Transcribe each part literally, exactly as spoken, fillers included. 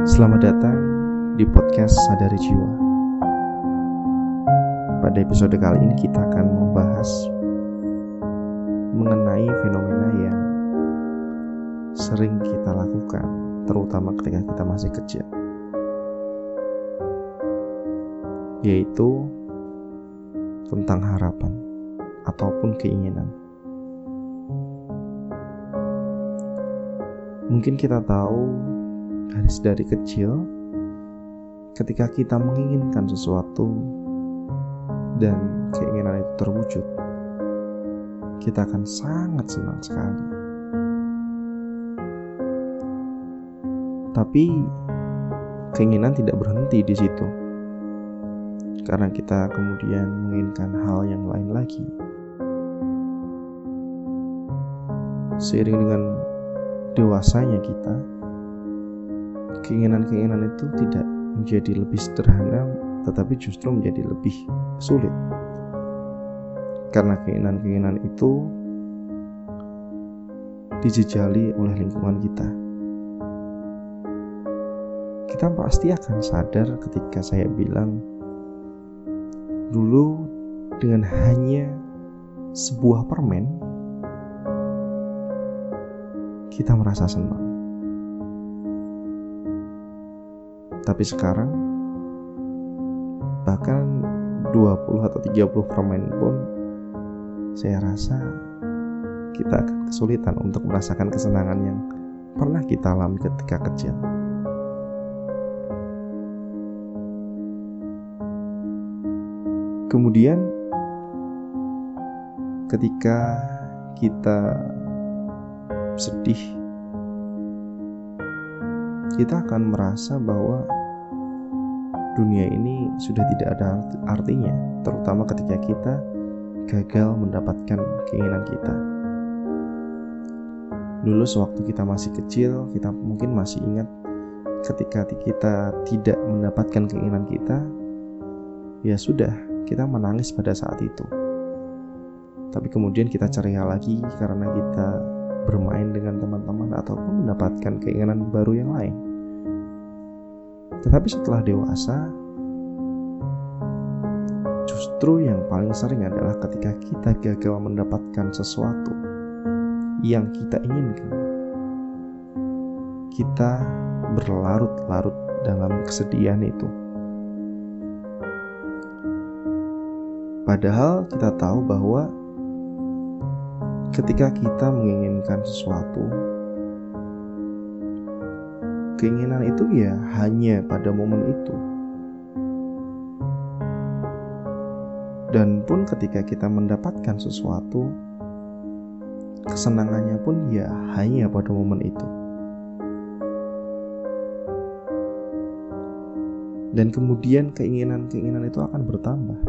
Selamat datang di podcast Sadari Jiwa. Pada episode kali ini kita akan membahas mengenai fenomena yang sering kita lakukan, terutama ketika kita masih kecil, yaitu tentang harapan ataupun keinginan. Mungkin kita tahu dari dari kecil, ketika kita menginginkan sesuatu dan keinginan itu terwujud, kita akan sangat senang sekali. Tapi keinginan tidak berhenti di situ, karena kita kemudian menginginkan hal yang lain lagi. Seiring dengan dewasanya kita, keinginan-keinginan itu tidak menjadi lebih sederhana, tetapi justru menjadi lebih sulit. Karena keinginan-keinginan itu dijejali oleh lingkungan kita. Kita pasti akan sadar ketika saya bilang, dulu dengan hanya sebuah permen, kita merasa senang. Tapi sekarang bahkan dua puluh atau tiga puluh permen pun saya rasa kita akan kesulitan untuk merasakan kesenangan yang pernah kita alami ketika kecil. Kemudian ketika kita sedih, kita akan merasa bahwa dunia ini sudah tidak ada artinya, terutama ketika kita gagal mendapatkan keinginan kita. Dulu sewaktu kita masih kecil, kita mungkin masih ingat ketika kita tidak mendapatkan keinginan kita, ya sudah, kita menangis pada saat itu. Tapi kemudian kita ceria lagi karena kita bermain dengan teman-teman ataupun mendapatkan keinginan baru yang lain. Tetapi setelah dewasa, justru yang paling sering adalah ketika kita gagal mendapatkan sesuatu yang kita inginkan, kita berlarut-larut dalam kesedihan itu. Padahal kita tahu bahwa ketika kita menginginkan sesuatu, keinginan itu ya hanya pada momen itu. Dan pun ketika kita mendapatkan sesuatu, kesenangannya pun ya hanya pada momen itu. Dan kemudian keinginan-keinginan itu akan bertambah.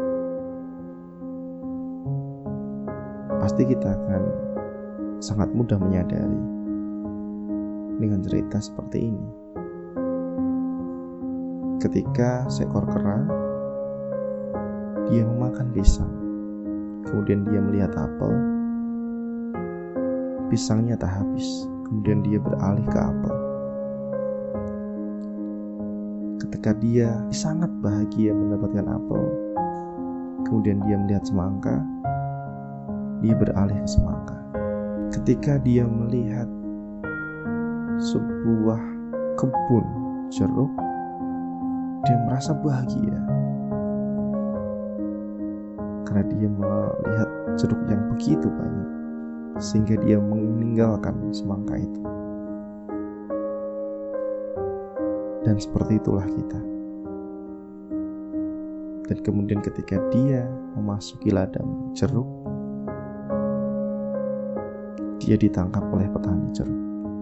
Pasti kita akan sangat mudah menyadari dengan cerita seperti ini. Ketika seekor kera, dia memakan pisang, kemudian dia melihat apel, pisangnya tak habis, kemudian dia beralih ke apel. Ketika dia sangat bahagia mendapatkan apel, kemudian dia melihat semangka, dia beralih ke semangka. Ketika dia melihat sebuah kebun jeruk, dia merasa bahagia karena dia melihat jeruk yang begitu banyak, sehingga dia meninggalkan semangka itu. Dan seperti itulah kita. Dan kemudian ketika dia memasuki ladang jeruk, dia ditangkap oleh petani jeruk.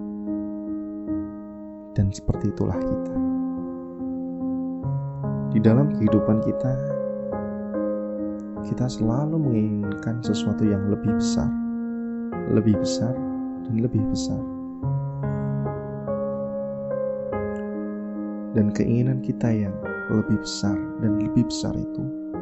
Dan seperti itulah kita. Di dalam kehidupan kita, kita selalu menginginkan sesuatu yang lebih besar, lebih besar, dan lebih besar. Dan keinginan kita yang lebih besar dan lebih besar itu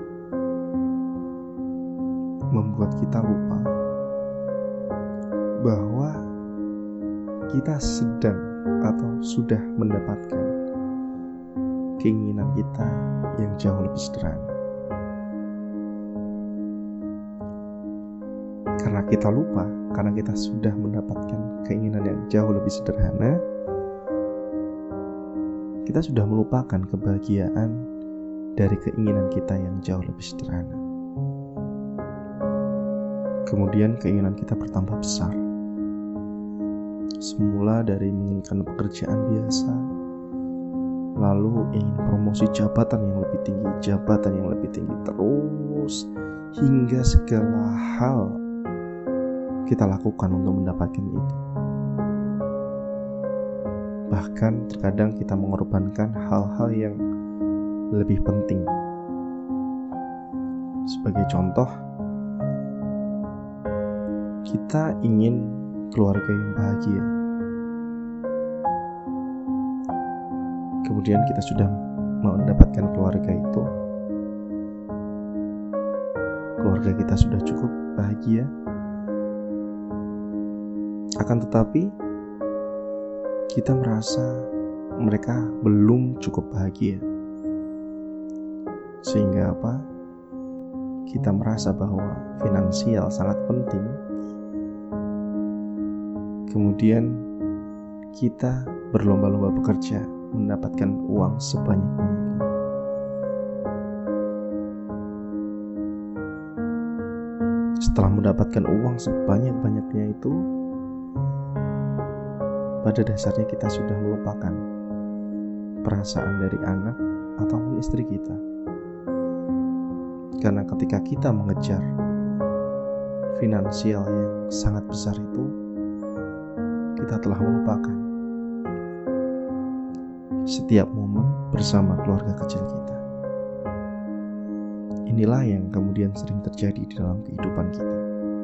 membuat kita lupa bahwa kita sedang atau sudah mendapatkan keinginan kita yang jauh lebih sederhana. Karena kita lupa, karena kita sudah mendapatkan keinginan yang jauh lebih sederhana, kita sudah melupakan kebahagiaan dari keinginan kita yang jauh lebih sederhana. Kemudian keinginan kita bertambah besar. Semula dari menginginkan pekerjaan biasa, lalu ingin promosi jabatan yang lebih tinggi, jabatan yang lebih tinggi terus, hingga segala hal kita lakukan untuk mendapatkan itu. Bahkan terkadang kita mengorbankan hal-hal yang lebih penting. Sebagai contoh, kita ingin keluarga yang bahagia. Kemudian kita sudah mendapatkan keluarga itu, keluarga kita sudah cukup bahagia. Akan tetapi kita merasa mereka belum cukup bahagia. Sehingga apa? Kita merasa bahwa finansial sangat penting. Kemudian kita berlomba-lomba bekerja mendapatkan uang sebanyak-banyaknya. Setelah mendapatkan uang sebanyak-banyaknya itu, pada dasarnya kita sudah melupakan perasaan dari anak ataupun istri kita. Karena ketika kita mengejar finansial yang sangat besar itu, kita telah melupakan setiap momen bersama keluarga kecil kita. Inilah yang kemudian sering terjadi di dalam kehidupan kita.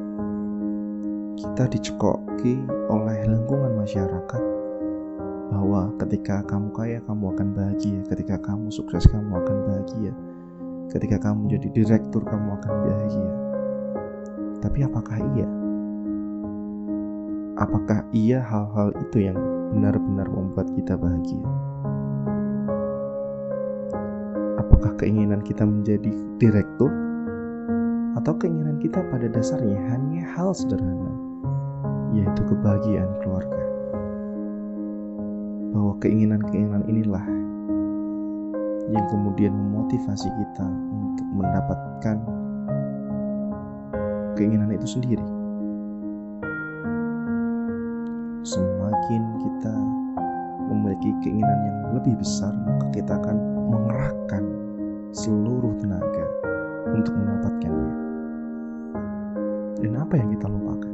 Kita dicekoki oleh lingkungan masyarakat bahwa ketika kamu kaya kamu akan bahagia, ketika kamu sukses kamu akan bahagia, ketika kamu jadi direktur kamu akan bahagia. Tapi apakah iya? Apakah iya hal-hal itu yang benar-benar membuat kita bahagia? Apakah keinginan kita menjadi direktur atau keinginan kita pada dasarnya hanya hal sederhana, yaitu kebahagiaan keluarga? Bahwa keinginan-keinginan inilah yang kemudian memotivasi kita untuk mendapatkan keinginan itu sendiri. Semakin kita memiliki keinginan yang lebih besar, maka kita akan mengerahkan seluruh tenaga untuk mendapatkannya. Dan apa yang kita lupakan?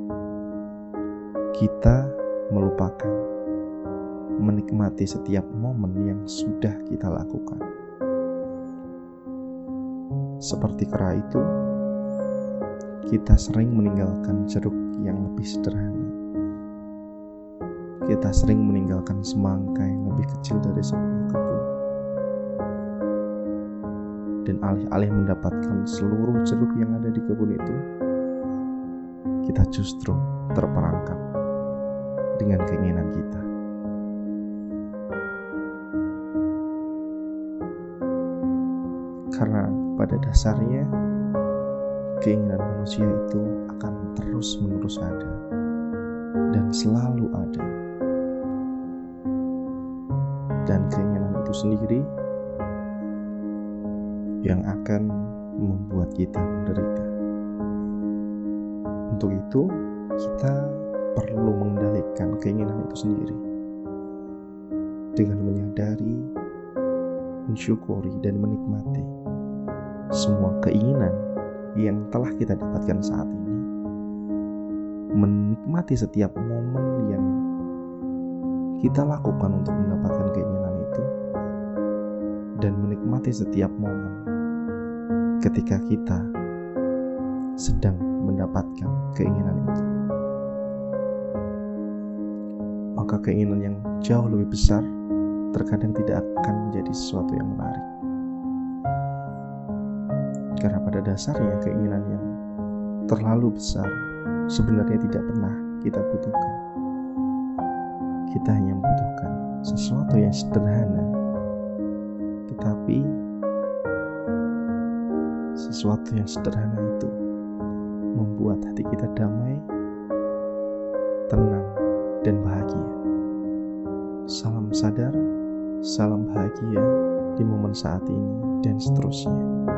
Kita melupakan menikmati setiap momen yang sudah kita lakukan. Seperti kera itu, kita sering meninggalkan jeruk yang lebih sederhana. Kita sering meninggalkan semangka yang lebih kecil dari sebuah kebun. Dan alih-alih mendapatkan seluruh jeruk yang ada di kebun itu, kita justru terperangkap dengan keinginan kita. Karena pada dasarnya keinginan manusia itu akan terus-menerus ada dan selalu ada. Dan keinginan itu sendiri yang akan membuat kita menderita. Untuk itu, kita perlu mengendalikan keinginan itu sendiri dengan menyadari, mensyukuri, dan menikmati semua keinginan yang telah kita dapatkan saat ini. Menikmati setiap momen yang kita lakukan untuk mendapatkan keinginan itu, dan menikmati setiap momen ketika kita sedang mendapatkan keinginan itu. Maka keinginan yang jauh lebih besar terkadang tidak akan menjadi sesuatu yang menarik. Karena pada dasarnya keinginan yang terlalu besar sebenarnya tidak pernah kita butuhkan. kita hanya membutuhkan sesuatu yang sederhana, tetapi sesuatu yang sederhana itu membuat hati kita damai, tenang, dan bahagia. Salam sadar, salam bahagia di momen saat ini dan seterusnya.